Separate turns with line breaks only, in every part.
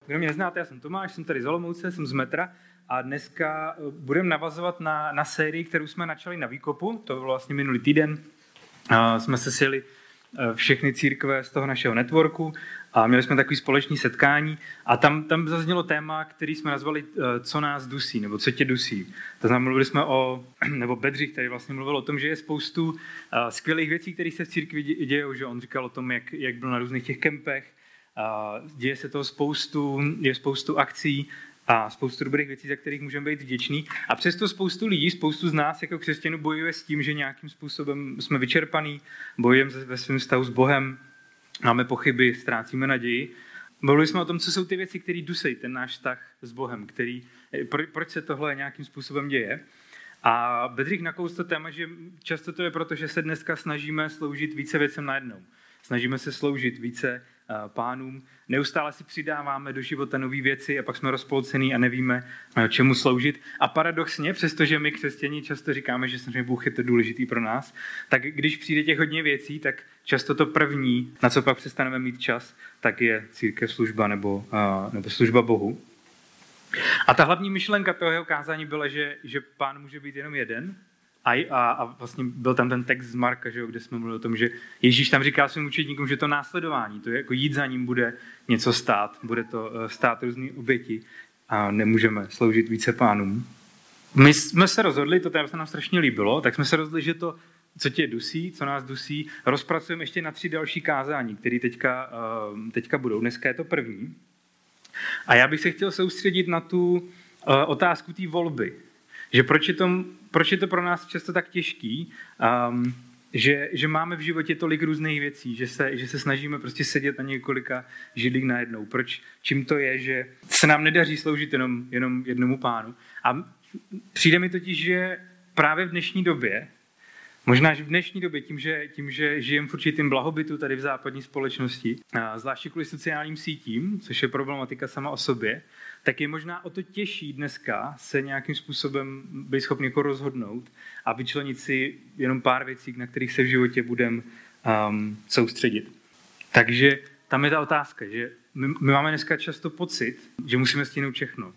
Kdo mě neznáte, já jsem Tomáš, jsem tady z Olomouce, jsem z Metra a dneska budeme navazovat na sérii, kterou jsme načali na Výkopu, to bylo vlastně minulý týden. Jsme se sjeli všechny církve z toho našeho networku a měli jsme takový společný setkání a tam zaznělo téma, který jsme nazvali co nás dusí, nebo co tě dusí. To znamená, mluvili jsme nebo Bedřich, který vlastně mluvil o tom, že je spoustu skvělých věcí, které se v církvi dějou, že on říkal o tom, jak byl na různých těch kempech, děje se toho spoustu akcí a spoustu dobrých věcí, za kterých můžeme být vděční. A přesto spoustu lidí, spoustu z nás jako křesťanů bojuje s tím, že nějakým způsobem jsme vyčerpaní, bojujeme ve svém vztahu s Bohem, máme pochyby, ztrácíme naději. Mluvili jsme o tom, co jsou ty věci, které dusejí ten náš vztah s Bohem, proč se tohle nějakým způsobem děje. A Bedřich nakous to téma, že často to je proto, že se dneska snažíme sloužit více věcem najednou. Snažíme se sloužit více pánům, neustále si přidáváme do života nové věci a pak jsme rozpolcený a nevíme, čemu sloužit. A paradoxně, přestože my křesťané často říkáme, že samozřejmě Bůh je to důležitý pro nás, tak když přijde těch hodně věcí, tak často to první, na co pak přestaneme mít čas, tak je církev služba nebo služba Bohu. A ta hlavní myšlenka toho jeho kázání byla, že pán může být jenom jeden. A vlastně byl tam ten text z Marka, že jo, kde jsme mluvili o tom, že Ježíš tam říká svým učedníkům, že to následování, to je jako jít za ním bude něco stát, bude to stát různý oběti a nemůžeme sloužit více pánům. My jsme se rozhodli, to téma se nám strašně líbilo, tak jsme se rozhodli, že to, co tě dusí, co nás dusí, rozpracujeme ještě na 3 další kázání, které teďka budou. Dneska je to první. A já bych se chtěl soustředit na tu otázku té volby. Že proč je to pro nás často tak těžký, že máme v životě tolik různých věcí, že se snažíme prostě sedět na několika židlích najednou. Čím to je, že se nám nedaří sloužit jenom jednomu pánu. A přijde mi totiž, že právě v dnešní době, možná, že v dnešní době tím, že žijeme v určitém blahobytu tady v západní společnosti, zvláště kvůli sociálním sítím, což je problematika sama o sobě, tak je možná o to těžší dneska se nějakým způsobem být schopni jako rozhodnout a vyčlenit si jenom pár věcí, na kterých se v životě budeme soustředit. Takže tam je ta otázka, že my máme dneska často pocit, že musíme stihnout všechno.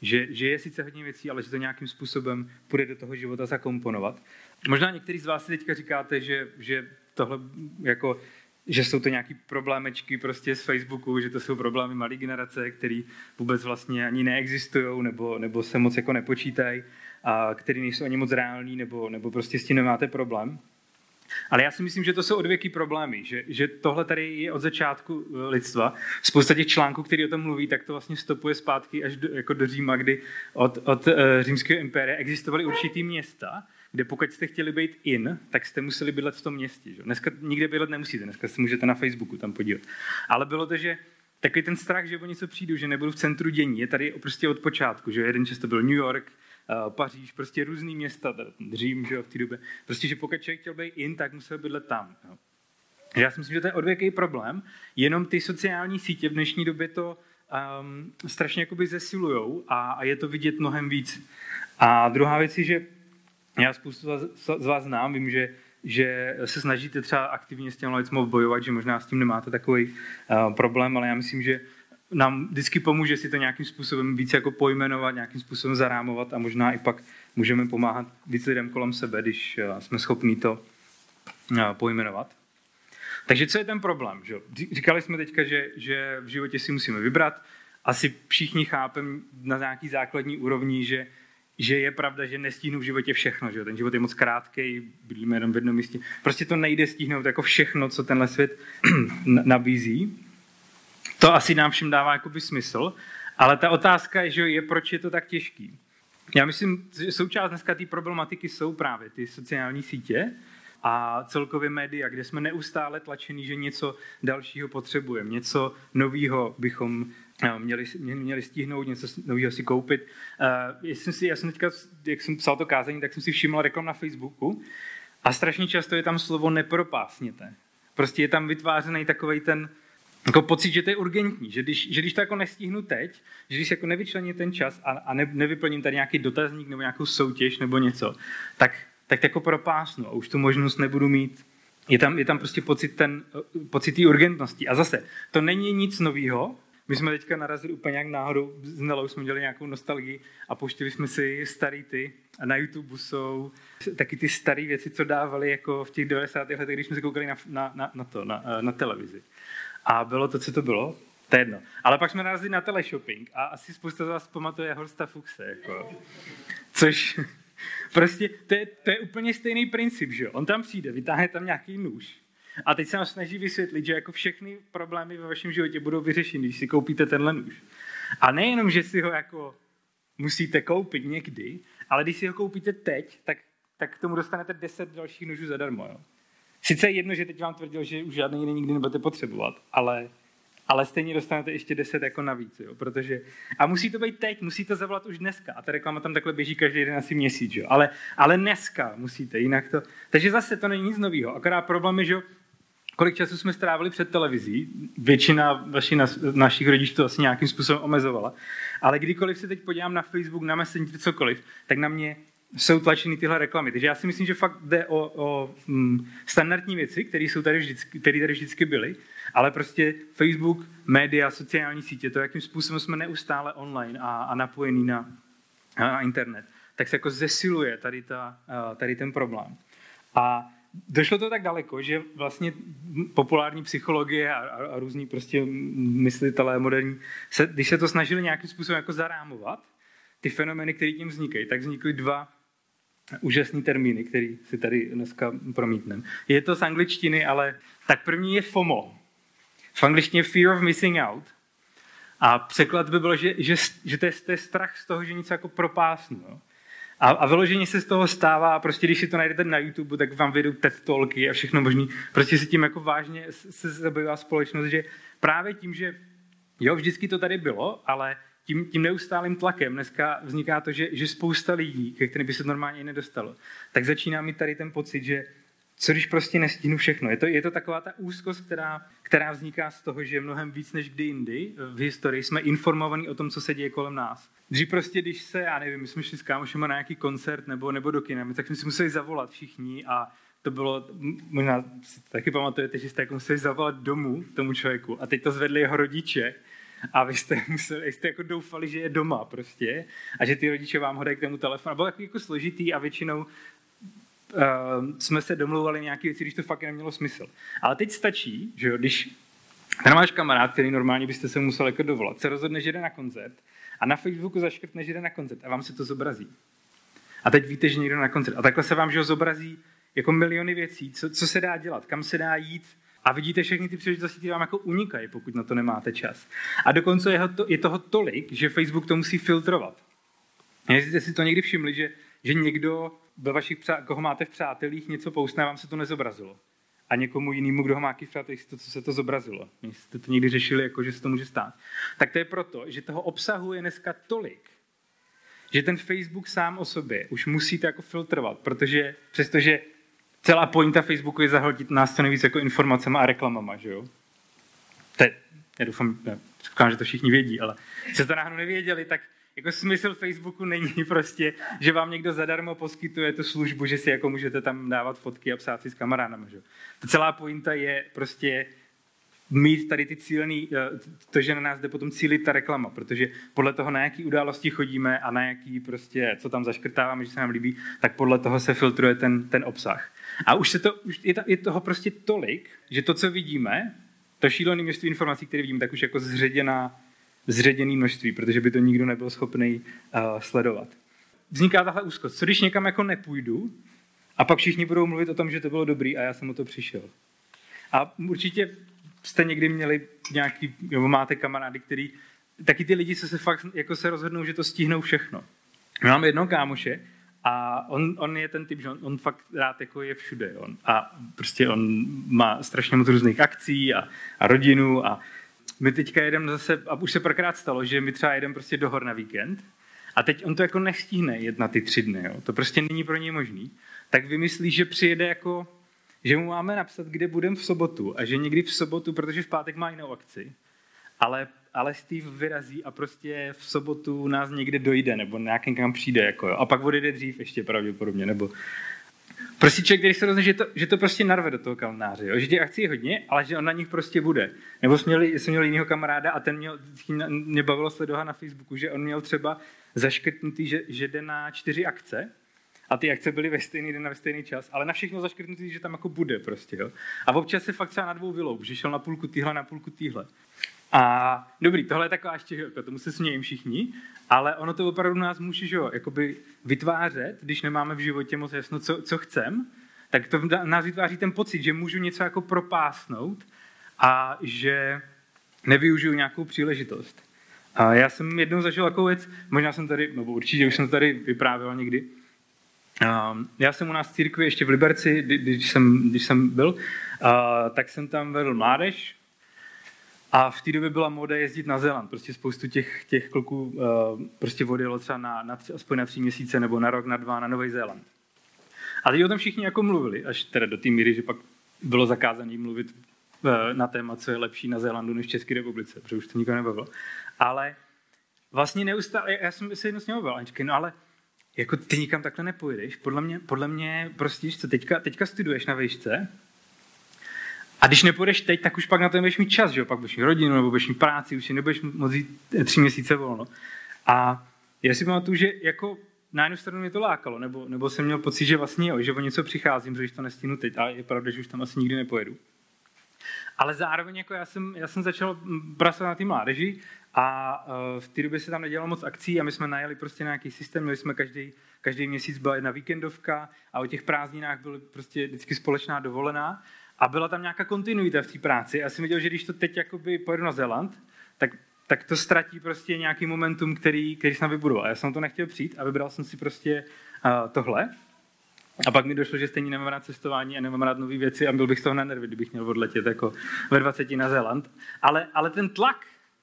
Že je sice hodně věcí, ale že to nějakým způsobem půjde do toho života zakomponovat. Možná některý z vás si teďka říkáte, že tohle jako, že jsou to nějaký problémečky prostě z Facebooku, že to jsou problémy malé generace, které vůbec vlastně ani neexistují nebo se moc jako nepočítají, a který nejsou ani moc reální nebo prostě s tím nemáte problém. Ale já si myslím, že to jsou odvěký problémy, že tohle tady je od začátku lidstva. Spousta těch článků, který o tom mluví, tak to vlastně stopuje zpátky až do Říma, kdy od římského impéria existovaly určitý města, kde pokud jste chtěli být tak jste museli bydlet v tom městě. Že? Dneska nikde bydlet nemusíte, dneska se můžete na Facebooku tam podívat. Ale bylo to, že takový ten strach, že o něco přijdu, že nebudu v centru dění, je tady prostě od počátku. Že jeden často byl New York, Paříž, prostě různý města, Řím, že jo, v té době. Prostě, že pokud člověk chtěl být tak musel bydlet tam. Jo. Já si myslím, že to je odvěký problém, jenom ty sociální sítě v dnešní době to strašně jakoby zesilujou a je to vidět mnohem víc. A druhá věc je, že já spoustu z vás znám, vím, že se snažíte třeba aktivně s těmi lidmi bojovat, že možná s tím nemáte takový problém, ale já myslím, že nám vždycky pomůže si to nějakým způsobem víc jako pojmenovat, nějakým způsobem zarámovat a možná i pak můžeme pomáhat víc lidem kolem sebe, když jsme schopní to pojmenovat. Takže co je ten problém? Že? Říkali jsme teďka, že v životě si musíme vybrat. Asi všichni chápeme na nějaký základní úrovni, že je pravda, že nestíhnu v životě všechno. Že? Ten život je moc krátkej, bydlíme jenom v jednom místě. Prostě to nejde stihnout jako všechno, co tenhle svět nabízí. To asi nám všem dává jakoby smysl, ale ta otázka je, že proč je to tak těžký. Já myslím, že součást dneska té problematiky jsou právě ty sociální sítě a celkově média, kde jsme neustále tlačení, že něco dalšího potřebujeme, něco nového bychom měli stihnout, něco nového si koupit. Já jsem teďka, jak jsem psal to kázání, tak jsem si všiml reklam na Facebooku a strašně často je tam slovo nepropásněte. Prostě je tam vytvářený takovej ten jako pocit, že to je urgentní, že když to jako nestihnu teď, že když jako nevyčlením ten čas a nevyplním tady nějaký dotazník nebo nějakou soutěž nebo něco, tak jako propásnu a už tu možnost nebudu mít. Je tam prostě pocit té urgentnosti. A zase, to není nic nového, My jsme teďka narazili úplně nějak náhodou, s Nelou jsme dělali nějakou nostalgii a pouštěli jsme si starý ty a na YouTube jsou taky ty staré věci, co dávali jako v těch 90. letech, když jsme se koukali na televizi. A bylo to, co to bylo? To je jedno. Ale pak jsme narazili na teleshopping a asi spousta z vás pamatuje Horsta Fuchse. Jako. Což prostě to je úplně stejný princip, že jo? On tam přijde, vytáhne tam nějaký nůž a teď se nám snaží vysvětlit, že jako všechny problémy ve vašem životě budou vyřešeny, když si koupíte tenhle nůž. A nejenom, že si ho jako musíte koupit někdy, ale když si ho koupíte teď, tak k tomu dostanete 10 dalších nožů zadarmo. Jo? Sice je jedno, že teď vám tvrdil, že už žádný jiný nikdy nebudete potřebovat, ale stejně dostanete ještě 10 jako navíc, jo? Protože a musí to být teď, musíte zavolat už dneska. A ta reklama tam takhle běží každý jeden asi měsíc, jo? Ale dneska musíte, jinak to. Takže zase to není nic nového. Akorát problém je, že kolik času jsme strávili před televizí, většina našich rodičů to asi nějakým způsobem omezovala, ale kdykoliv se teď podívám na Facebook, na Messenger, cokoliv, tak na mě jsou tlačeny tyhle reklamy. Takže já si myslím, že fakt jde o standardní věci, které tady vždycky byly, ale prostě Facebook, média, sociální sítě, to, jakým způsobem jsme neustále online a napojení na internet, tak se jako zesiluje tady ten problém. A došlo to tak daleko, že vlastně populární psychologie a různí prostě myslitelé moderní, když se to snažili nějakým způsobem jako zarámovat, ty fenomény, které tím vznikají, tak vznikly 2 úžasný termíny, které si tady dneska promítneme. Je to z angličtiny, ale tak první je FOMO. V angličtině Fear of Missing Out. A překlad by bylo, že to je strach z toho, že něco jako propásnu. Jo? A vyloženě se z toho stává, a prostě když si to najdete na YouTube, tak vám vyjdou TED Talky a všechno možný. Prostě si tím jako vážně se zabývá společnost, že právě tím, že jo, vždycky to tady bylo, ale tím neustálým tlakem dneska vzniká to, že spousta lidí, ke kterým by se normálně nedostalo, tak začíná mít tady ten pocit, že co když prostě nestihnu všechno. Je to taková ta úzkost, která vzniká z toho, že mnohem víc než kdy jindy v historii jsme informovaní o tom, co se děje kolem nás. Dřív prostě, když se, já nevím, my jsme šli s kámošema na nějaký koncert nebo do kina, tak jsme si museli zavolat všichni a to bylo, možná si taky pamatujete, že jste jako museli zavolat domů tomu člověku a teď to zvedli jeho rodiče a vy jste jako doufali, že je doma prostě a že ty rodiče vám hodají k tomu telefonu. A bylo jako složitý a většinou jsme se domlouvali nějaké věci, když to fakt nemělo smysl. Ale teď stačí, že jo, když ten váš kamarád, který normálně byste se musel jako dovolat, se rozhodne, že jde na koncert a na Facebooku zaškrtne, že jde na koncert a vám se to zobrazí. A teď víte, že někdo na koncert. A takhle se vám, že ho zobrazí jako miliony věcí, co se dá dělat, kam se dá jít a vidíte všechny ty příležitosti, které vám jako unikají, pokud na to nemáte čas. A dokonce je toho tolik, že Facebook to musí filtrovat. Jestli si to někdy všimli, že někdo ve vašich koho máte v přátelích něco postne, vám se to nezobrazilo. A někomu jinému, kdo ho má v přátelích, se to zobrazilo. Jste to někdy řešili, jako, že se to může stát. Tak to je proto, že toho obsahu je dneska tolik, že ten Facebook sám o sobě už musíte jako filtrovat, protože přestože celá pointa Facebooku je zahltit nás co nejvíc jako informacemi a reklamama, že jo? Já doufám, že to všichni vědí, ale se to náhodou nevěděli, tak jako smysl Facebooku není prostě, že vám někdo zadarmo poskytuje tu službu, že si jako můžete tam dávat fotky a psát si s kamarádama. Že? Ta celá pointa je prostě mít tady ty cílený, to, že na nás jde potom cílit ta reklama, protože podle toho, na jaký události chodíme a na jaký prostě, co tam zaškrtáváme, že se nám líbí, tak podle toho se filtruje ten obsah. A už je toho prostě tolik, že to, co vidíme, to šílené množství informací, které vidíme, tak už jako zředěné množství, protože by to nikdo nebyl schopný sledovat. Vzniká tahle úzkost. Co když někam jako nepůjdu a pak všichni budou mluvit o tom, že to bylo dobrý a já jsem o to přišel. A určitě jste někdy měli nějaký, nebo máte kamarády, který, taky ty lidi se fakt jako se rozhodnou, že to stihnou všechno. My máme jednoho kámoše a on je ten typ, že on fakt rád jako je všude. A prostě on má strašně moc různých akcí a rodinu a my teďka jedeme zase, a už se párkrát stalo, že my třeba jedeme prostě do hor na víkend a teď on to jako nestihne jet na ty 3 dny, jo? To prostě není pro něj možný. Tak vymyslí, že přijede jako, že mu máme napsat, kde budeme v sobotu a že někdy v sobotu, protože v pátek má jinou akci, ale Steve vyrazí a prostě v sobotu nás někde dojde nebo nějakým kam přijde. Jako, jo? A pak odjede dřív ještě pravděpodobně. Nebo Prostě člověk, který se rozhodne, že to prostě narve do toho kalendáře, jo? Že těch akcí je hodně, ale že on na nich prostě bude. Nebo jsem měl jinýho kamaráda a ten mě bavilo sledovat na Facebooku, že on měl třeba zaškrtnutý, že jde na 4 akce a ty akce byly ve stejný den a ve stejný čas, ale na všechno zaškrtnutý, že tam jako bude prostě. Jo? A občas se fakt třeba na 2 vyloup, že šel na půlku týhle, na půlku týhle. A dobrý, tohle je taková štěhylka, tomu se smějím všichni, ale ono to opravdu nás může, že jo, jakoby vytvářet, když nemáme v životě moc jasno, co chcem, tak to nás vytváří ten pocit, že můžu něco jako propásnout a že nevyužiju nějakou příležitost. A já jsem jednou zažil takovou věc, možná jsem tady, nebo určitě už jsem to tady vyprávěl někdy. Já jsem u nás v církvi ještě v Liberci, když jsem byl, tak jsem tam vedl mládež. A v té době byla móda jezdit na Zéland. Prostě spoustu těch kluků prostě odjelo třeba aspoň na 3 měsíce nebo na rok, na 2 na Nový Zéland. A teď o tom všichni jako mluvili, až teda do té míry, že pak bylo zakázané mluvit na téma, co je lepší na Zélandu než v České republice, protože už to nikoho nebavilo. Ale vlastně neustále, já jsem se jednou s ním bavil, a říkal, no ale jako ty nikam takhle nepojedeš, podle mě prostě, co teďka studuješ na výšce, a když nepůjdeš teď, tak už pak na to nebudeš mít čas, že jo? Pak budeš mít rodinu, nebo budeš mít práci, už si nebudeš moct jít 3 měsíce volno. A já si pamatuju, že jako na jednu stranu mě to lákalo, nebo jsem měl pocit, že vlastně jo, že o něco přicházím, že to nestihnu teď, a je pravda, že už tam asi nikdy nepojedu. Ale zároveň jako já jsem začal pracovat na té mládeži a v té době se tam nedělalo moc akcí a my jsme najeli prostě nějaký systém, měli jsme každý měsíc byla jedna víkendovka a o těch prázdninách byla prostě vždycky společná dovolená. A byla tam nějaká kontinuita v té práci. Já jsem viděl, že když to teď jakoby pojedu na Zéland, tak to ztratí prostě nějaký momentum, který jsem vybudoval. Já jsem to nechtěl přijít a vybral jsem si prostě tohle. A pak mi došlo, že stejně nemám rád cestování a nemám rád nové věci a byl bych z toho na nervy, kdybych měl odletět jako ve 20 na Zéland. Ale ten tlak,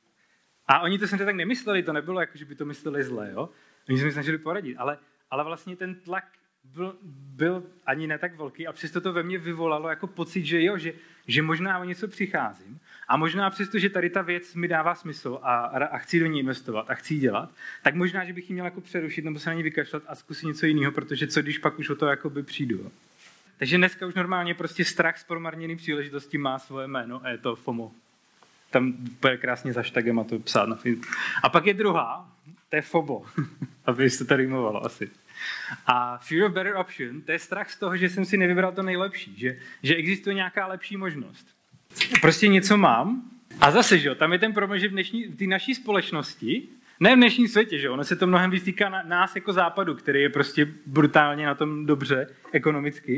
a oni to samozřejmě tak nemysleli, to nebylo jako, že by to mysleli zle, jo? Oni se mi snažili poradit, ale vlastně ten tlak byl ani ne tak velký a přesto to ve mně vyvolalo jako pocit, že jo, že možná o něco přicházím a možná přesto, že tady ta věc mi dává smysl a chci do ní investovat a chci ji dělat, tak možná, že bych ji měl jako přerušit nebo se na ní vykašlat a zkusit něco jiného, protože co když pak už o to jakoby přijdu. Jo. Takže dneska už normálně prostě strach z promarněný příležitosti má svoje jméno a je to FOMO. Tam bude krásně za hashtagem a to psát na Facebooku. A pak je druhá, to je FOBO, aby se to rýmovalo asi. A fear of better option, to je strach z toho, že jsem si nevybral to nejlepší, že existuje nějaká lepší možnost. Prostě něco mám a zase, že jo, tam je ten problém, že v té naší společnosti, ne v dnešním světě, že jo, ono se to mnohem víc týká nás jako západu, který je prostě brutálně na tom dobře ekonomicky,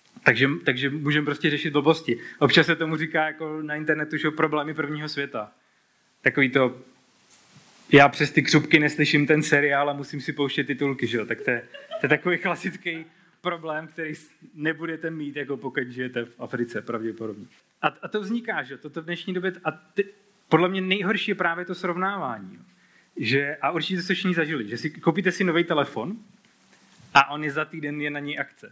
takže můžeme prostě řešit blbosti. Občas se tomu říká jako na internetu, že problémy prvního světa. Takový to, já přes ty křupky neslyším ten seriál a musím si pouštět titulky, že jo? Tak to je takový klasický problém, který nebudete mít, jako pokud žijete v Africe, pravděpodobně. A to vzniká, že jo? Toto v dnešní době, podle mě nejhorší je právě to srovnávání. Jo? A určitě jste všichni zažili, že si koupíte si nový telefon a on je za týden je na něj akce.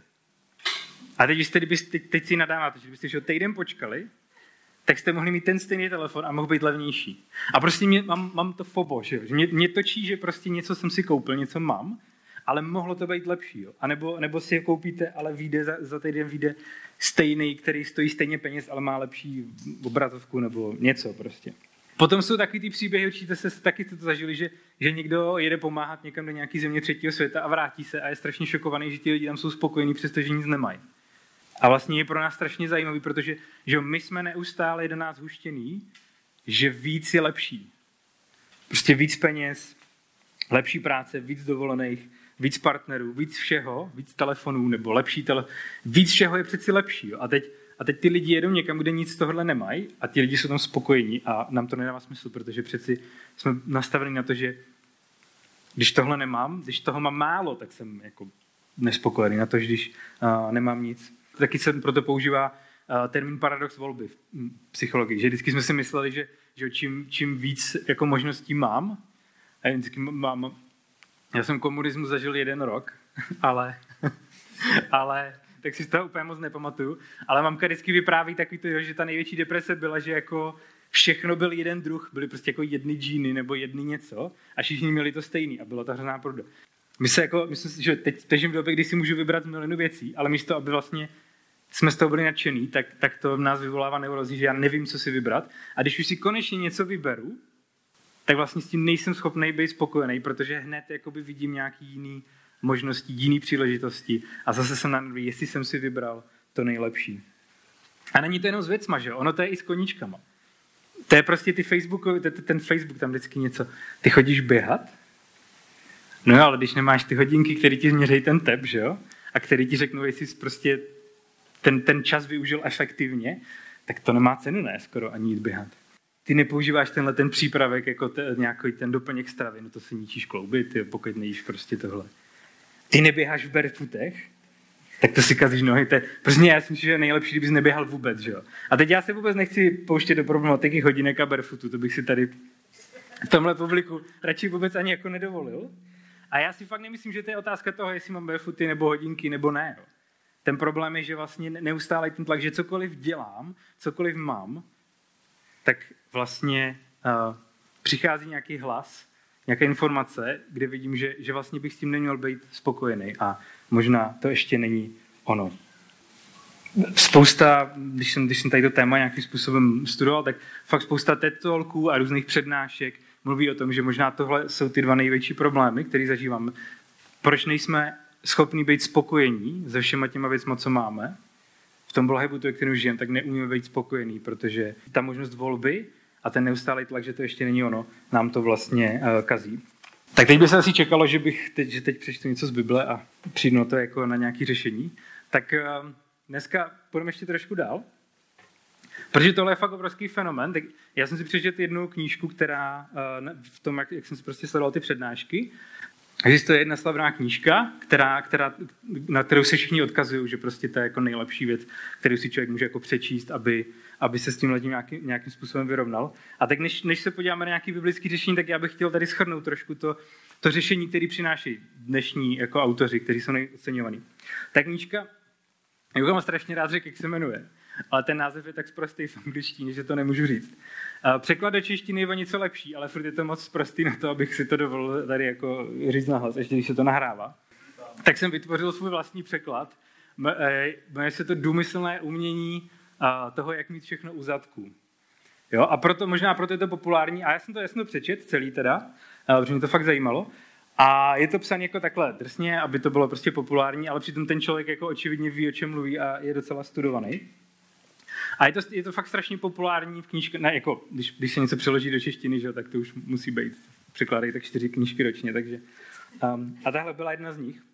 A teď si nadáváte, že byste týden počkali, tak jste mohli mít ten stejný telefon a mohl být levnější. A prostě mám to FOBO, že mě točí, že prostě něco jsem si koupil, něco mám, ale mohlo to být lepší. Jo? A nebo si je koupíte, ale za týden vyjde stejný, který stojí stejně peněz, ale má lepší obrazovku nebo něco prostě. Potom jsou takový ty příběhy, určitě taky jste to zažili, že někdo jede pomáhat někam do nějaký země 3. světa a vrátí se a je strašně šokovaný, že ti lidi tam jsou spokojení, přestože nic nemají. A vlastně je pro nás strašně zajímavý, protože že my jsme neustále do nás huštěný, že víc je lepší. Prostě víc peněz, lepší práce, víc dovolených, víc partnerů, víc všeho, víc telefonů nebo lepší víc všeho je přeci lepší. Jo? A teď ty lidi jedou někam, kde nic z tohohle nemají a ti lidi jsou tam spokojení a nám to nedává smysl, protože přeci jsme nastaveni na to, že když tohle nemám, když toho mám málo, tak jsem jako nespokojený na to, že když nemám nic. Taky se proto používá termín paradox volby v psychologii, že vždycky jsme si mysleli, že čím víc jako možností mám, a vždycky já jsem komunismus zažil 1 rok, ale tak si z toho úplně moc nepamatuju, ale mamka vždycky vypráví takový to, že ta největší deprese byla, že jako všechno byl jeden druh, byly prostě jako jedny džíny nebo jedny něco a všichni měli to stejný a byla to hrozná pravda. Myslím si, že teď žijím v době, kdy si můžu vybrat milionu věcí, ale místo, aby vlastně jsme z toho byli nadšený, tak to v nás vyvolává neurozi, že já nevím, co si vybrat. A když už si konečně něco vyberu, tak vlastně s tím nejsem schopný být spokojený, protože hned jakoby vidím nějaký jiný možnosti, jiný příležitosti a zase jsem na jestli jsem si vybral to nejlepší. A není to jenom s věcma, že? Ono to je i s koníčkama. To je prostě ten Facebook tam vždycky něco. Ty chodíš běhat? No jo, ale když nemáš ty hodinky, které ti změřejí ten tep, že jo? A který ti řeknou, jestli jsi prostě ten čas využil efektivně, tak to nemá cenu, ne, skoro ani jít běhat. Ty nepoužíváš ten přípravek jako nějaký ten doplněk stravy, no to si ničíš klouby, ty, pokud nejíš prostě tohle. Ty neběháš v barefootech, tak to si kazíš nohy. Prostě já si myslím, že je nejlepší, kdybys neběhal vůbec, že jo. A teď já se vůbec nechci pouštět do problematiky hodinek a barefootu, to bych si tady v tomhle publiku radši vůbec ani jako nedovolil. A já si fakt nemyslím, že to je otázka toho, jestli mám barefooty nebo hodinky nebo ne. Jo. Ten problém je, že vlastně neustále ten tlak, že cokoliv dělám, cokoliv mám, tak vlastně přichází nějaký hlas, nějaká informace, kde vidím, že vlastně bych s tím neměl být spokojený a možná to ještě není ono. Spousta, když jsem tady to téma nějakým způsobem studoval, tak fakt spousta TED Talků a různých přednášek mluví o tom, že možná tohle jsou ty dva největší problémy, které zažíváme. Proč nejsme schopní být spokojení se všema těma věcma, co máme? V tom blahobytu, kterým žijeme, tak neumíme být spokojení, protože ta možnost volby a ten neustálý tlak, že to ještě není ono, nám to vlastně kazí. Tak teď by se asi čekalo, že teď přečtu něco z Bible a přijdu na to jako na nějaké řešení. Tak dneska půjdeme ještě trošku dál, protože tohle je fakt obrovský fenomén. Tak já jsem si přečetl jednu knížku, která v tom, jak jsem si prostě sledoval ty přednášky, existuje jedna slavná knížka, na kterou se všichni odkazují, že prostě to je jako nejlepší věc, kterou si člověk může jako přečíst, aby se s tím nějakým způsobem vyrovnal. A tak než se podíváme na nějaký biblický řešení, tak já bych chtěl tady shrnout trošku to řešení, které přináší dnešní jako autoři, kteří jsou nejoceňovaní. Ta knížka, já mám strašně rád řekl, jak se jmenuje, ale ten název je tak sprostý v angličtině, že to nemůžu říct. Překlad do češtiny je něco lepší, ale furt je to moc sprostý na to, abych si to dovolil tady jako říct nahlas, ještě když se to nahrává. Tak jsem vytvořil svůj vlastní překlad. Jmenuje se to Důmyslné umění toho, jak mít všechno u zadku. Jo? A možná proto je to populární. A já jsem to jasno přečet celý teda, protože mě to fakt zajímalo. A je to psané jako takhle drsně, aby to bylo prostě populární, ale přitom ten člověk jako očividně ví, o čem mluví a je docela studovaný. A je to fakt strašně populární v knížce, ne, jako, když se něco přeloží do češtiny, že, tak to už musí být. Překládají tak 4 knížky ročně, takže. A tahle byla jedna z nich.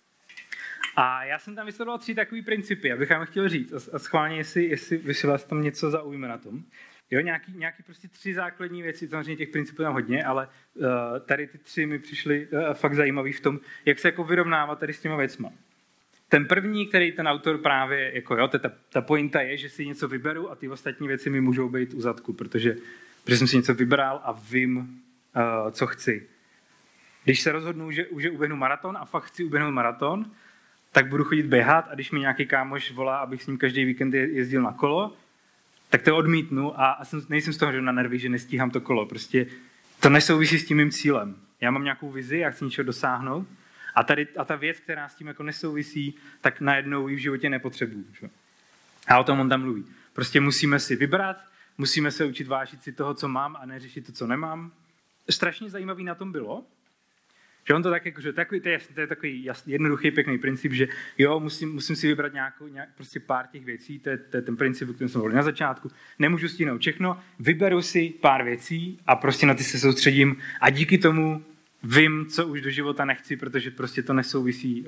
A já jsem tam vysledoval 3 takový principy, abych vám chtěl říct. A schválně, jestli vás tam něco zaujme na tom. Jo, nějaký prostě 3 základní věci, samozřejmě těch principů tam hodně, ale tady ty 3 mi přišly fakt zajímavý v tom, jak se jako vyrovnávat tady s těma věcma. Ten první, který ten autor právě, jako jo, ta pointa je, že si něco vyberu a ty ostatní věci mi můžou být u zadku, protože jsem si něco vybral a vím, co chci. Když se rozhodnu, že uběhnu maraton a fakt chci uběhnout maraton, tak budu chodit běhat a když mi nějaký kámoš volá, abych s ním každý víkend jezdil na kolo, tak to odmítnu a nejsem z toho na nervy, že nestíhám to kolo. Prostě to nesouvisí s tím mým cílem. Já mám nějakou vizi, já chci něčeho dosáhnout a ta věc, která s tím jako nesouvisí, tak najednou ji v životě nepotřebuju. Že? A o tom on tam mluví. Prostě musíme si vybrat, musíme se učit vážit si toho, co mám a neřešit to, co nemám. Strašně zajímavý na tom bylo, že on to tak jako, že to je takový jednoduchý, pěkný princip, že jo, musím si vybrat prostě pár těch věcí, to je ten princip, o kterém jsem mluvil na začátku. Nemůžu stihnout všechno, vyberu si pár věcí a prostě na ty se soustředím a díky tomu vím, co už do života nechci, protože prostě to nesouvisí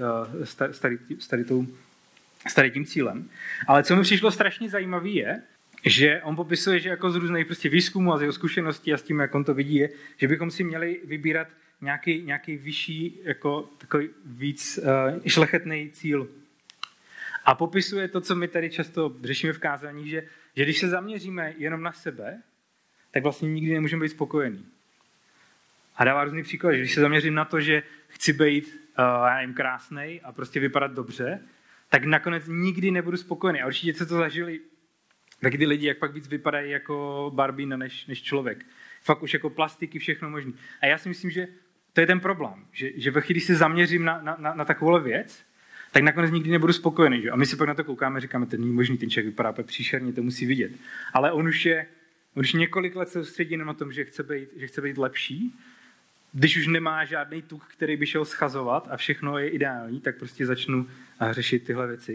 s tady tím cílem. Ale co mi přišlo strašně zajímavý je, že on popisuje, že jako z různých prostě výzkumů a z jeho zkušeností a s tím, jak on to vidí, je, že bychom si měli vybírat nějaký vyšší, jako takový víc šlechetný cíl. A popisuje to, co my tady často řešíme v kázání, že když se zaměříme jenom na sebe, tak vlastně nikdy nemůžeme být spokojení. A dává různý příklad, že když se zaměřím na to, že chci být krásnej a prostě vypadat dobře, tak nakonec nikdy nebudu spokojený. A určitě se to zažili taky ty lidi, jak pak víc vypadají jako Barbína než člověk. Fakt už jako plastiky, všechno možný. A já si myslím, že to je ten problém, že ve chvíli, když se zaměřím na takovou věc, tak nakonec nikdy nebudu spokojený. Že? A my si pak na to koukáme a říkáme, to není možný, ten člověk vypadá úplně příšerně, to musí vidět. Ale on už několik let se soustředí na tom, že chce být lepší. Když už nemá žádný tuk, který by šel schazovat a všechno je ideální, tak prostě začnu řešit tyhle věci.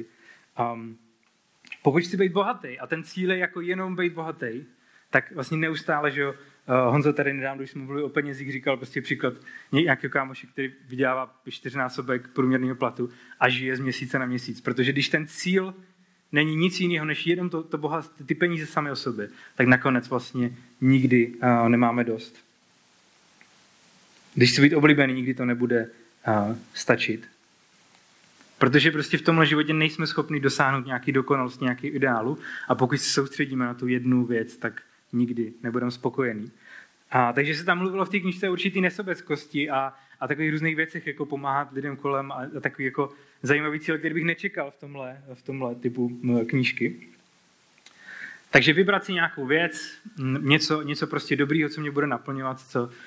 Pokud chci být bohatý a ten cíl je jako jenom být bohatý, tak vlastně neustále, že jo, Honza tady nedávno, když jsme mluvili o penězích, říkal prostě příklad nějakého kámoše, který vydělává 4násobek průměrného platu a žije z měsíce na měsíc. Protože když ten cíl není nic jiného, než jenom to bohatství, ty peníze sami o sobě, tak nakonec vlastně nikdy nemáme dost. Když chci být oblíbený, nikdy to nebude stačit. Protože prostě v tomhle životě nejsme schopni dosáhnout nějaký dokonalost, nějaký ideálu a pokud se soustředíme na tu jednu věc, tak nikdy nebudeme spokojení. Takže se tam mluvilo v té knížce o určitý nesobeckosti a takových různých věcech, jako pomáhat lidem kolem a takový jako zajímavý cíl, který bych nečekal v tomhle typu knížky. Takže vybrat si nějakou věc, něco prostě dobrýho, co mě bude naplňovat,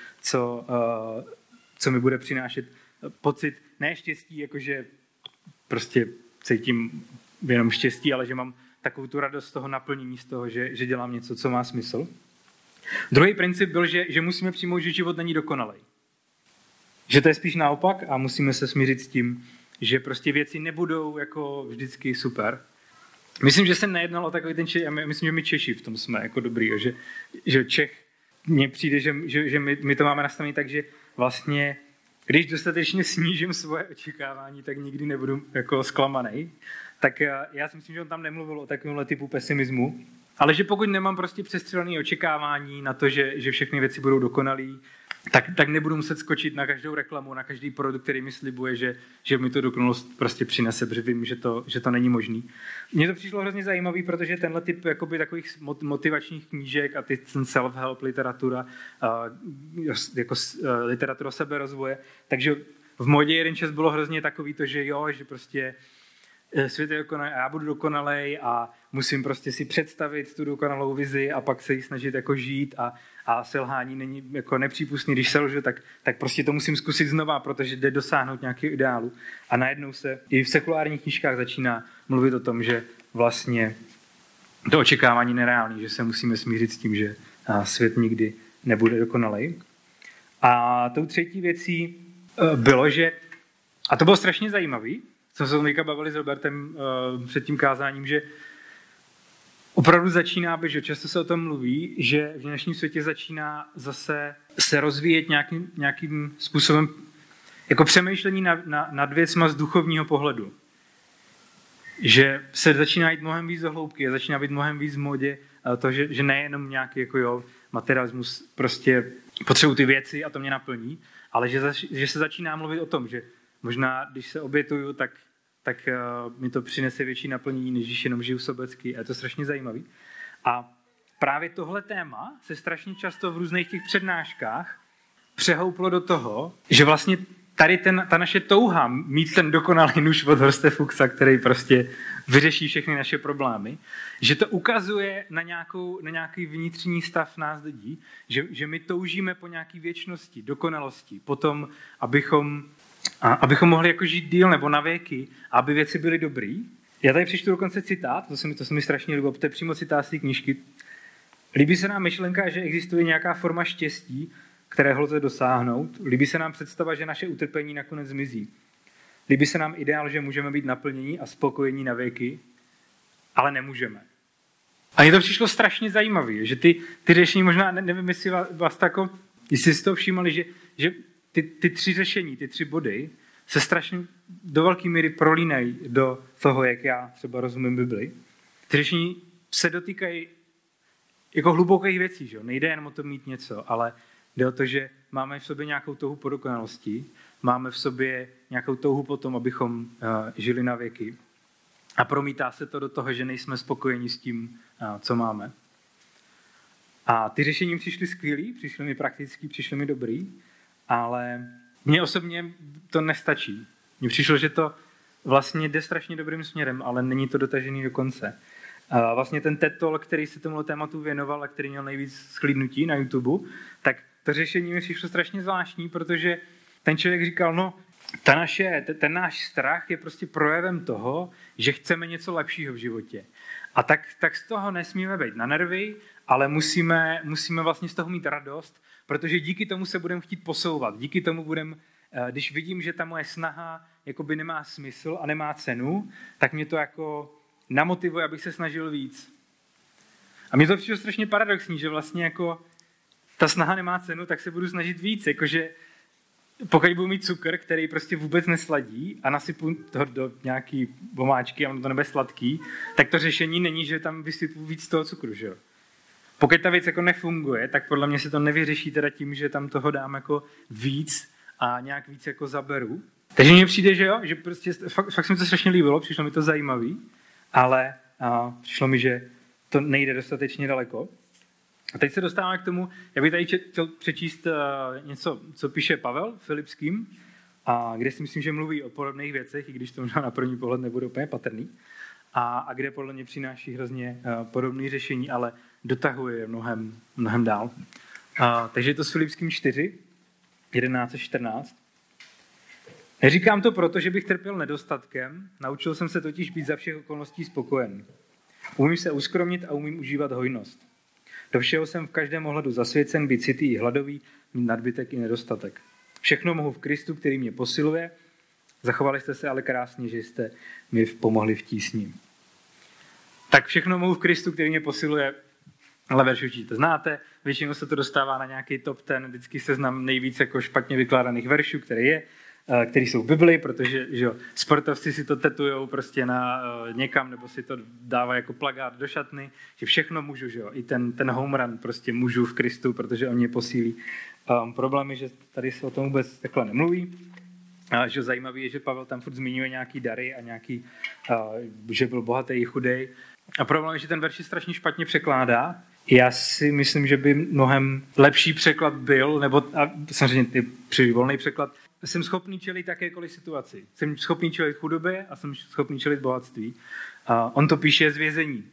co mi bude přinášet pocit ne štěstí, jakože prostě cítím jenom štěstí, ale že mám takovou tu radost z toho naplnění, z toho, že dělám něco, co má smysl. Druhý princip byl, že musíme přijmout, že život není dokonalý. Že to je spíš naopak a musíme se smířit s tím, že prostě věci nebudou jako vždycky super. Myslím, že se nejednalo o takový ten myslím, že my Češi v tom jsme jako dobrý, že Čech, mně přijde, že my to máme nastavené tak, že vlastně když dostatečně snížím svoje očekávání, tak nikdy nebudu jako zklamaný. Tak já si myslím, že on tam nemluvil o takovémhle typu pesimismu, ale že pokud nemám prostě přestřelené očekávání na to, že všechny věci budou dokonalý, tak nebudu muset skočit na každou reklamu, na každý produkt, který mi slibuje, že mi to dokonalost prostě přinese, protože vím, že to není možný. Mně to přišlo hrozně zajímavý, protože tenhle typ jakoby takových motivačních knížek a ten self-help literatura, jako literatura seberozvoje, takže v modě jeden čas bylo hrozně takový to, že prostě svět je dokonalý a já budu dokonalej a musím prostě si představit tu dokonalou vizi a pak se ji snažit jako žít a selhání není jako nepřípustný. Když selžu, tak prostě to musím zkusit znova, protože jde dosáhnout nějakého ideálu. A najednou se i v sekulárních knížkách začíná mluvit o tom, že vlastně to očekávání nereálný, že se musíme smířit s tím, že svět nikdy nebude dokonalej. A tou třetí věcí bylo, že, a to bylo strašně zajímavý, jsme se teďka bavili s Robertem před tím kázáním, že opravdu začíná být, že často se o tom mluví, že v dnešním světě začíná zase se rozvíjet nějakým způsobem jako přemýšlení nad věcma z duchovního pohledu. Že se začíná jít mnohem víc do hloubky, začíná být mnohem víc v modě to, že nejenom nějaký jako materialismus, prostě potřebuji ty věci a to mě naplní, ale že se začíná mluvit o tom, že možná, když se obětuju, tak mi to přinese větší naplnění, než když jenom žiju sobecky. A je to strašně zajímavý. A právě tohle téma se strašně často v různých těch přednáškách přehouplo do toho, že vlastně tady ta naše touha mít ten dokonalý nůž od Horste Fuchsa, který prostě vyřeší všechny naše problémy, že to ukazuje na nějaký vnitřní stav nás lidí, že my toužíme po nějaký věčnosti, dokonalosti, potom, abychom mohli jako žít díl nebo na věky, aby věci byly dobrý. Já tady přečtu dokonce citát, to se mi strašně líbilo, to je přímo citát z té knížky. Líbí se nám myšlenka, že existuje nějaká forma štěstí, kterého lze dosáhnout. Líbí se nám představa, že naše utrpení nakonec zmizí. Líbí se nám ideál, že můžeme být naplnění a spokojení na věky, ale nemůžeme. A mně to přišlo strašně zajímavé, že ty řešení, možná nevím, jestli jestli jste to všímali, že ty tři řešení, ty tři body se strašně do velké míry prolínají do toho, jak já třeba rozumím Bibli. Ty řešení se dotýkají jako hlubokých věcí, že? Nejde jen o to mít něco, ale jde o to, že máme v sobě nějakou touhu po dokonalosti, máme v sobě nějakou touhu po tom, abychom žili na věky. A promítá se to do toho, že nejsme spokojeni s tím, co máme. A ty řešení přišly skvělý, přišly mi praktický, přišly mi dobrý, ale mně osobně to nestačí. Mně přišlo, že to vlastně jde strašně dobrým směrem, ale není to dotažený do konce. A vlastně ten TED Talk, který se tomu tématu věnoval a který měl nejvíc shlídnutí na YouTube, tak to řešení mi přišlo strašně zvláštní, protože ten člověk říkal, no, ten náš strach je prostě projevem toho, že chceme něco lepšího v životě. A tak z toho nesmíme být na nervy, ale musíme vlastně z toho mít radost, protože díky tomu se budeme chtít posouvat. Díky tomu když vidím, že ta moje snaha jakoby nemá smysl a nemá cenu, tak mě to jako namotivuje, abych se snažil víc. A mě to přišlo strašně paradoxní, že vlastně jako ta snaha nemá cenu, tak se budu snažit víc. Jakože pokud budu mít cukr, který prostě vůbec nesladí a nasypu to do nějaký vomáčky a ono to nebude sladký, tak to řešení není, že tam vysypu víc toho cukru, že jo. Pokud ta věc jako nefunguje, tak podle mě se to nevyřeší teda tím, že tam toho dám jako víc a nějak víc jako zaberu. Takže mně přijde, že jo, že prostě fakt se mi to strašně líbilo, přišlo mi to zajímavý, ale přišlo mi, že to nejde dostatečně daleko. A teď se dostáváme k tomu, já bych tady chtěl přečíst něco, co píše Pavel Filipským, a kde si myslím, že mluví o podobných věcech, i když to možná na první pohled nebude úplně patrný, a kde podle mě přináší hrozně podobné řešení, ale dotahuje je mnohem dál. Takže je to s Filipským 4, 11 a 14. Neříkám to proto, že bych trpěl nedostatkem, naučil jsem se totiž být za všech okolností spokojen. Umím se uskromnit a umím užívat hojnost. Do všeho jsem v každém ohledu zasvěcen, být sytý i hladový, mít nadbytek i nedostatek. Všechno mohu v Kristu, který mě posiluje. Zachovali jste se ale krásně, že jste mi pomohli v tísni. Tak všechno mohu v Kristu, který mě posiluje, ale verš určitě znáte. Většinou se to dostává na nějaký top 10, vždycky seznam nejvíc jako špatně vykládaných veršů, který jsou v Biblii, protože že jo, sportovci si to tetujou prostě někam, nebo si to dávají jako plakát do šatny, že všechno můžu, že jo, i ten home run prostě můžu v Kristu, protože on mě posílí. Problém je, že tady se o tom vůbec takhle nemluví. Že zajímavý je, že Pavel tam furt zmiňuje nějaký dary a nějaký, že byl bohatý i chudej. A problém je, že ten verš je strašně špatně překládá. Já si myslím, že by mnohem lepší překlad byl, nebo samozřejmě ty volný překlad, jsem schopný čelit jakékoliv situaci. Jsem schopný čelit chudobě a jsem schopný čelit bohatství. A on to píše z vězení.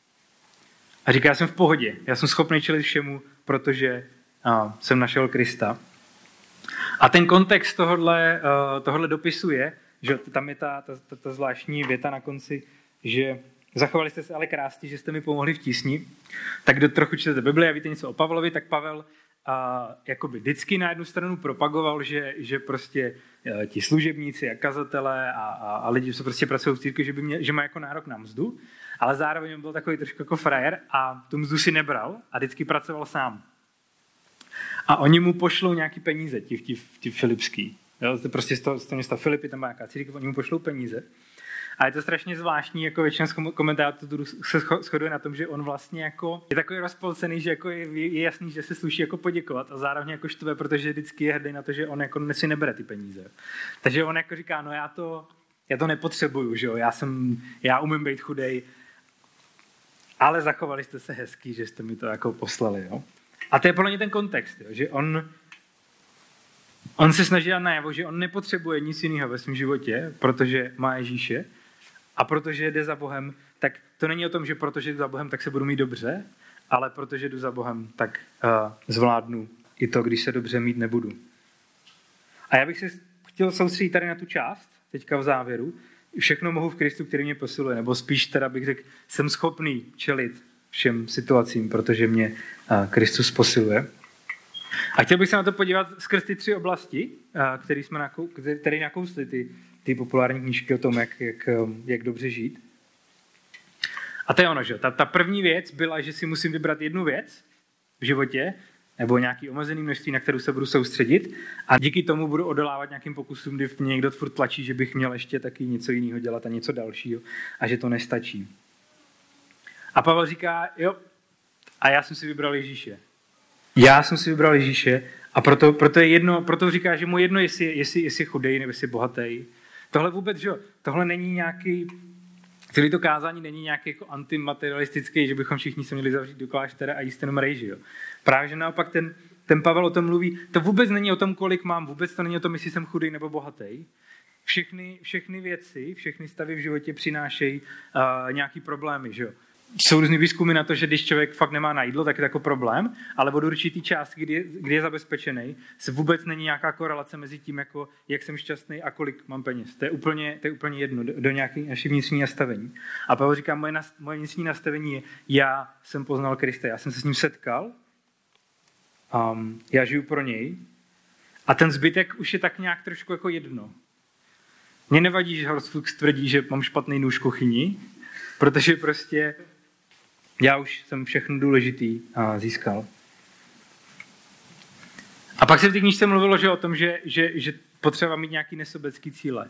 A říká, já jsem v pohodě. Já jsem schopný čelit všemu, protože jsem našel Krista. A ten kontext tohodle dopisuje, že tam je ta zvláštní věta na konci, že zachovali jste se ale krásně, že jste mi pomohli v tísni. Tak kdo trochu čtete Bibli a víte něco o Pavlovi, tak Pavel jakoby vždycky na jednu stranu propagoval, že prostě ti služebníci a kazatelé a lidi, co prostě pracují v církvi, že má jako nárok na mzdu, ale zároveň on byl takový trošku jako frajer a tu mzdu si nebral a vždycky pracoval sám. A oni mu pošlou nějaký peníze, ti Filipský. Jo? Prostě z toho města Filipy, tam má nějaká církev, oni mu pošlou peníze. A je to strašně zvláštní, jako většina komentátorů se shoduje na tom, že on vlastně jako je takový rozpolcený, že jako je jasný, že se sluší jako poděkovat a zároveň jako štve, protože vždycky je hrdý na to, že on jako si nebere ty peníze. Takže on jako říká, no já to nepotřebuju, že jo, já umím být chudej, ale zachovali jste se hezký, že jste mi to jako poslali, jo. A to je podle mě ten kontext, jo, že on se snaží dát najevo, že on nepotřebuje nic jiného ve svém životě, protože má Ježíše a protože jde za Bohem, tak to není o tom, že protože jdu za Bohem, tak se budu mít dobře, ale protože jdu za Bohem, tak zvládnu i to, když se dobře mít nebudu. A já bych se chtěl soustředit tady na tu část, teďka v závěru. Všechno mohu v Kristu, který mě posiluje, nebo spíš teda bych řekl, jsem schopný čelit všem situacím, protože mě Kristus posiluje. A chtěl bych se na to podívat skrz ty 3 oblasti, které nakously ty populární knížky o tom, jak dobře žít. A to je ono, že ta první věc byla, že si musím vybrat jednu věc v životě, nebo nějaký omezený množství, na kterou se budu soustředit a díky tomu budu odolávat nějakým pokusům, kdy mě někdo furt tlačí, že bych měl ještě taky něco jiného dělat a něco dalšího a že to nestačí. A Pavel říká, jo, a já jsem si vybral Ježíše. A proto říká, že mu jedno, jestli chudej nebo jestli bohatý. Tohle vůbec, že jo, tohle není nějaký, celé to kázání není nějaký jako antimaterialistický, že bychom všichni se měli zavřít do kláštera a jíst jenom rejži, jo. Právě, že naopak ten Pavel o tom mluví, to vůbec není o tom, kolik mám, vůbec to není o tom, jestli jsem chudej nebo bohatý. Všechny věci, všechny stavy v životě přinášejí nějaký problémy, že jo. jsou různý výzkumy na to, že když člověk fakt nemá na jídlo, tak je to jako problém, ale od určitý částky, kdy je zabezpečený, se vůbec není nějaká korelace mezi tím, jako, jak jsem šťastný a kolik mám peněz. To je úplně jedno, do nějaké naší vnitřní nastavení. A Pavel říká, moje vnitřní nastavení je, já jsem poznal Krista, já jsem se s ním setkal, já žiju pro něj a ten zbytek už je tak nějak trošku jako jedno. Mně nevadí, že Horst Fuchs tvrdí, že mám špatný nůž v kuchyni, protože prostě já už jsem všechno důležitý získal. A pak se v té knížce mluvilo, že o tom, že potřeba mít nějaký nesobecký cíle.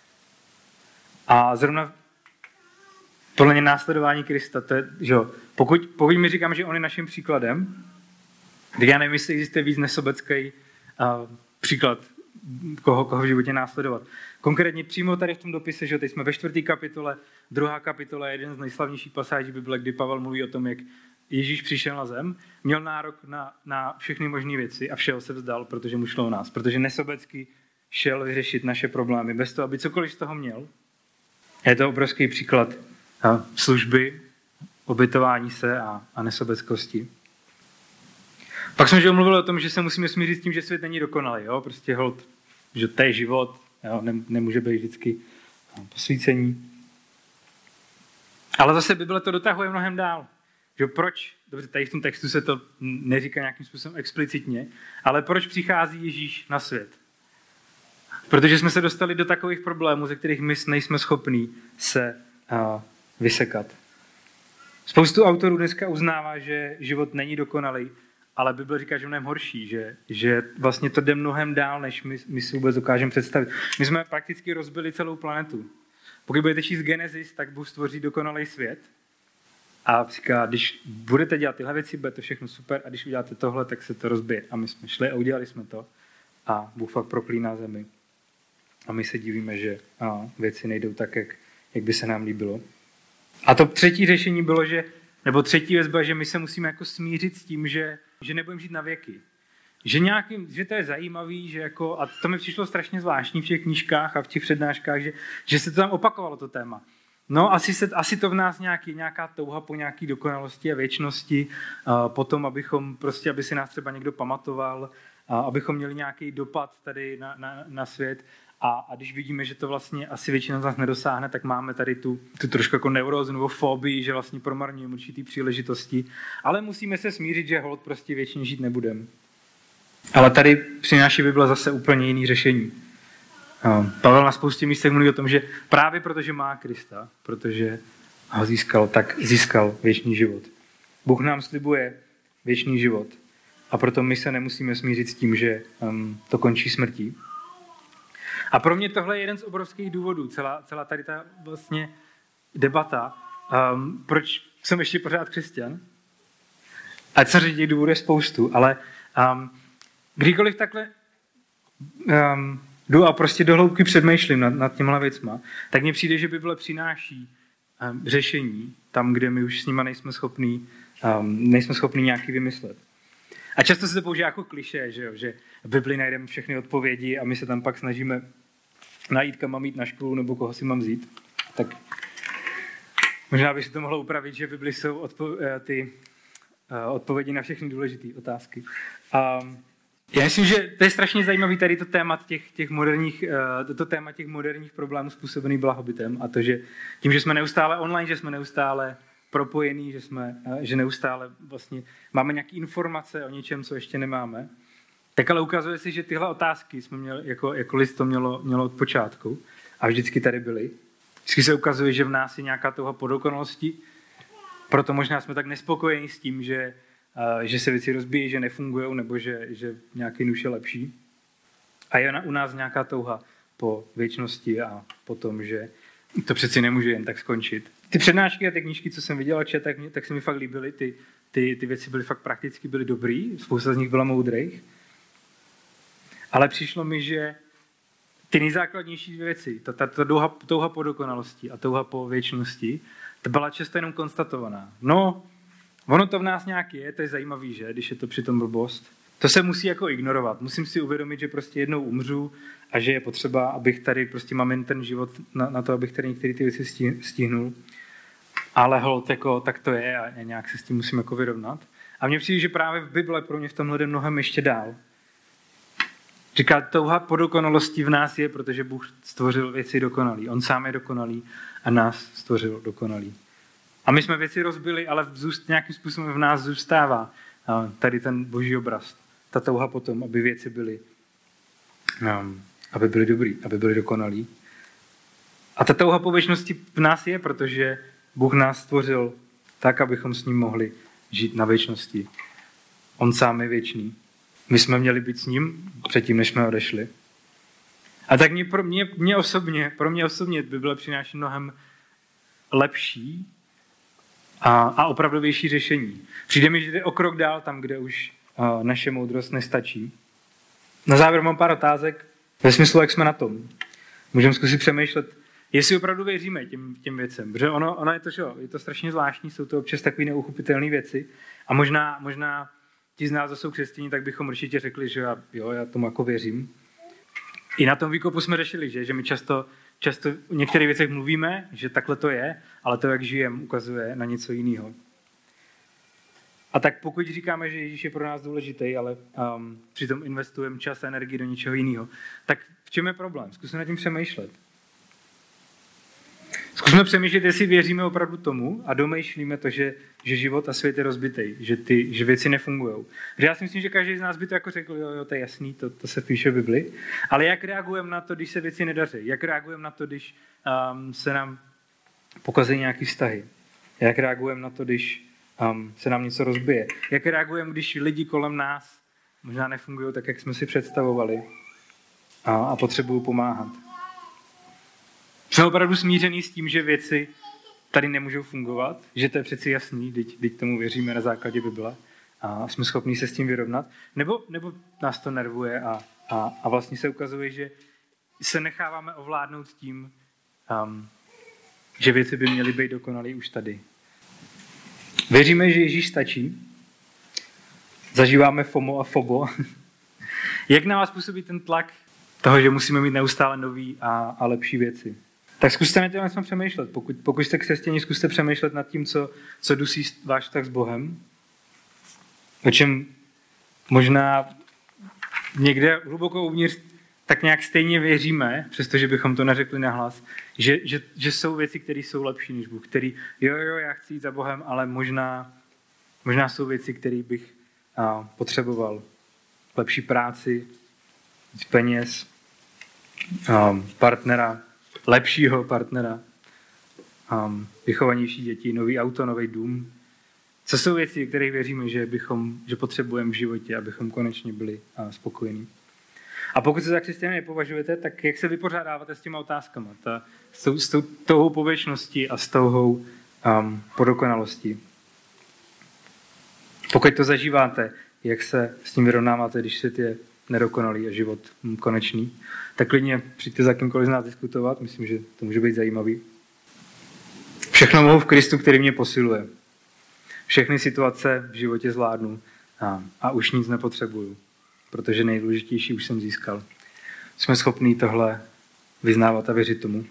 A zrovna podle mě následování Krista, to je, že pokud mi říkám, že on je naším příkladem, tak já nevím, jestli existuje víc nesobecký příklad, koho v životě následovat. Konkrétně přímo tady v tom dopise, že teď jsme ve 4. kapitole, 2. kapitola je jeden z nejslavnějších pasáží Bible, kdy Pavel mluví o tom, jak Ježíš přišel na zem, měl nárok na všechny možné věci a všeho se vzdal, protože mu šlo o nás, protože nesobecky šel vyřešit naše problémy, bez toho, aby cokoliv z toho měl. Je to obrovský příklad služby, obětování se a nesobeckosti. Pak jsme mluvili o tom, že se musíme smířit s tím, že svět není dokonalý. Jo? Prostě hold, že to je život, jo? Nemůže být vždycky posvícení. Ale zase Bible to dotahuje mnohem dál. Že proč, dobře, tady v tom textu se to neříká nějakým způsobem explicitně, ale proč přichází Ježíš na svět? Protože jsme se dostali do takových problémů, ze kterých my nejsme schopní se vysekat. Spoustu autorů dneska uznává, že život není dokonalý, ale Bible říká, že mnohem horší, že vlastně to jde mnohem dál, než my si vůbec dokážeme představit. My jsme prakticky rozbili celou planetu. Pokud budete číst Genesis, tak Bůh stvoří dokonalý svět. A říká, když budete dělat tyhle věci, bude to všechno super, a když uděláte tohle, tak se to rozbije. A my jsme šli a udělali jsme to. A Bůh fakt proklíná zemi. A my se divíme, že věci nejdou tak, jak by se nám líbilo. A to třetí řešení bylo, nebo třetí věc byla, že my se musíme jako smířit s tím, že nebudeme žít na věky. Že to je zajímavý, že jako, a to mi přišlo strašně zvláštní v těch knížkách a v těch přednáškách, že se to tam opakovalo, to téma. No, asi to v nás nějaká touha po nějaký dokonalosti a věčnosti, potom, aby si nás třeba někdo pamatoval, abychom měli nějaký dopad tady na svět. A když vidíme, že to vlastně asi většina z nás nedosáhne, tak máme tady tu trošku jako neurózu nebo fobii, že vlastně promarňujeme určitý příležitosti. Ale musíme se smířit, že holt prostě věčně žít nebudeme. Ale tady přináší Bible zase úplně jiný řešení. Pavel na spoustě místech mluví o tom, že právě protože má Krista, protože ho získal, tak získal věčný život. Bůh nám slibuje věčný život. A proto my se nemusíme smířit s tím, že to končí smrtí. A pro mě tohle je jeden z obrovských důvodů, celá tady ta vlastně debata, proč jsem ještě pořád křesťan. A samozřejmě těch důvodů je spoustu, ale kdykoliv takhle jdu a prostě do hloubky předmýšlím nad těmhle věcma, tak mně přijde, že Bible přináší řešení tam, kde my už s nima nejsme schopní nějaký vymyslet. A často se to používá jako klišé, že v Bibli najdeme všechny odpovědi a my se tam pak snažíme najít, kam mám jít na školu nebo koho si mám vzít. Tak možná by se to mohlo upravit, že v Bibli jsou ty odpovědi na všechny důležité otázky. Já myslím, že to je strašně zajímavý tady to téma těch moderních problémů způsobený blahobytem a to, že tím, že jsme neustále online, že jsme neustále propojený, že neustále vlastně máme nějaké informace o něčem, co ještě nemáme, tak ale ukazuje se, že tyhle otázky jsme měli, jako list to mělo od počátku a vždycky tady byly. Vždycky se ukazuje, že v nás je nějaká touha po dokonalosti, proto možná jsme tak nespokojení s tím, že se věci rozbíjí, že nefungují, nebo že nějaký nůž je lepší. A je u nás nějaká touha po věčnosti a po tom, že to přeci nemůže jen tak skončit. Ty přednášky a ty knížky, co jsem viděl, tak se mi fakt líbily. Ty věci byly fakt prakticky byly dobrý, spousta z nich byla moudrých. Ale přišlo mi, že ty nejzákladnější věci, ta touha po dokonalosti a touha po věčnosti, to byla často jenom konstatovaná. No, ono to v nás nějak je, to je zajímavý, že, když je to přitom blbost. To se musí jako ignorovat. Musím si uvědomit, že prostě jednou umřu a že je potřeba, abych tady prostě mám jen ten život na to, abych tady některé ty věci stihnul. ale holt, jako, tak to je a nějak se s tím musím jako vyrovnat. A mně přijde, že právě v Bible pro mě v tomhle jde mnohem ještě dál. Říká, touha po dokonalosti v nás je, protože Bůh stvořil věci dokonalý. On sám je dokonalý a nás stvořil dokonalý. A my jsme věci rozbili, ale nějakým způsobem v nás zůstává tady ten boží obraz. Ta touha potom, aby věci byly, aby byly dobrý, aby byly dokonalý. A ta touha po věčnosti v nás je, protože Bůh nás stvořil tak, abychom s ním mohli žít na věčnosti. On sám je věčný. My jsme měli být s ním předtím, než jsme odešli. A tak pro mě osobně Bible přináší mnohem lepší a opravdovější řešení. Přijde mi, že jde o krok dál tam, kde už naše moudrost nestačí. Na závěr mám pár otázek ve smyslu, jak jsme na tom. Můžeme zkusit přemýšlet, jestli opravdu věříme těm věcem. Protože ono je to, že je to strašně zvláštní, jsou to občas takové neuchopitelné věci. A možná ti z nás, co jsou křesťané, tak bychom určitě řekli, že já tomu jako věřím. I na tom výkopu jsme řešili, že my často o některých věcech mluvíme, že takhle to je, ale to, jak žijeme, ukazuje na něco jiného. A tak pokud říkáme, že Ježíš je pro nás důležitý, ale přitom investujeme čas a energii do něčeho jiného, tak v čem je problém? Zkusme nad tím přemýšlet. Zkusme přemýšlet, jestli věříme opravdu tomu a domýšlíme to, že život a svět je rozbitý, že věci nefungují. Já si myslím, že každý z nás by to jako řekl, jo, to je jasný, to se píše v Bibli. Ale jak reagujeme na to, když se věci nedaří? Jak reagujeme na to, když se nám pokazí nějaký vztahy? Jak reagujeme na to, když se nám něco rozbije? Jak reagujeme, když lidi kolem nás možná nefungují tak, jak jsme si představovali a potřebují pomáhat? Jsme opravdu smířený s tím, že věci tady nemůžou fungovat, že to je přeci jasný, teď tomu věříme na základě Bible a jsme schopní se s tím vyrovnat, nebo nás to nervuje a vlastně se ukazuje, že se necháváme ovládnout tím, že věci by měly být dokonalé už tady. Věříme, že Ježíš stačí, zažíváme FOMO a FOBO. Jak na vás působí ten tlak toho, že musíme mít neustále nový a lepší věci? Tak zkuste na tím přemýšlet. Pokud jste křesťané, zkuste přemýšlet nad tím, co dusí váš vztah s Bohem. O čem možná někde hluboko uvnitř tak nějak stejně věříme, přestože bychom to neřekli nahlas, že jsou věci, které jsou lepší než Bůh. Který, jo, já chci jít za Bohem, ale možná jsou věci, které bych potřeboval. Lepší práci, peněz, partnera, lepšího partnera, vychovanější děti, nový auto, nový dům. Co jsou věci, které věříme, že potřebujeme v životě, abychom konečně byli spokojení. A pokud se za křesťany nepovažujete, tak jak se vypořádáváte s těma otázkama? S tou touhou po věčnosti a s touhou po dokonalosti. Pokud to zažíváte, jak se s tím vyrovnáváte, když svět je nedokonalý a život konečný, tak klidně přijďte za kýmkoliv z nás diskutovat. Myslím, že to může být zajímavý. Všechno mohu v Kristu, který mě posiluje. Všechny situace v životě zvládnu a už nic nepotřebuju, protože nejdůležitější už jsem získal. Jsme schopní tohle vyznávat a věřit tomu.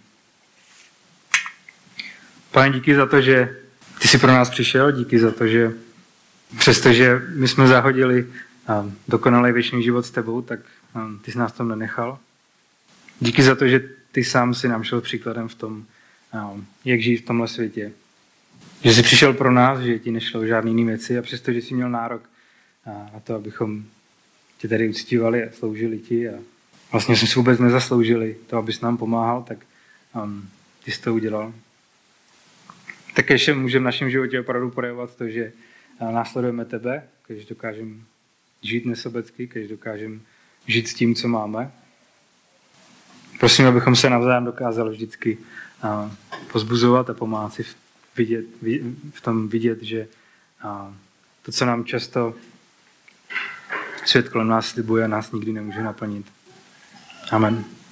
Pane, díky za to, že ty jsi pro nás přišel, díky za to, že přestože my jsme zahodili dokonalý věčný život s tebou, tak ty jsi nás tam nenechal. Díky za to, že ty sám si nám šel příkladem v tom, jak žít v tomhle světě. Že jsi přišel pro nás, že ti nešlo o žádný jiný věci a přestože jsi měl nárok na to, abychom tě tady uctívali a sloužili ti a vlastně jsme si vůbec nezasloužili to, abys nám pomáhal, tak ty jsi to udělal. Tak ještě můžeme v našem životě opravdu projevovat to, že následujeme tebe, když dokážeme žít nesobecky, když dokážeme žít s tím, co máme. Prosím, abychom se navzájem dokázali vždycky pozbuzovat a pomáhat si v tom vidět, že to, co nám často svět kolem nás slibuje, nás nikdy nemůže naplnit. Amen.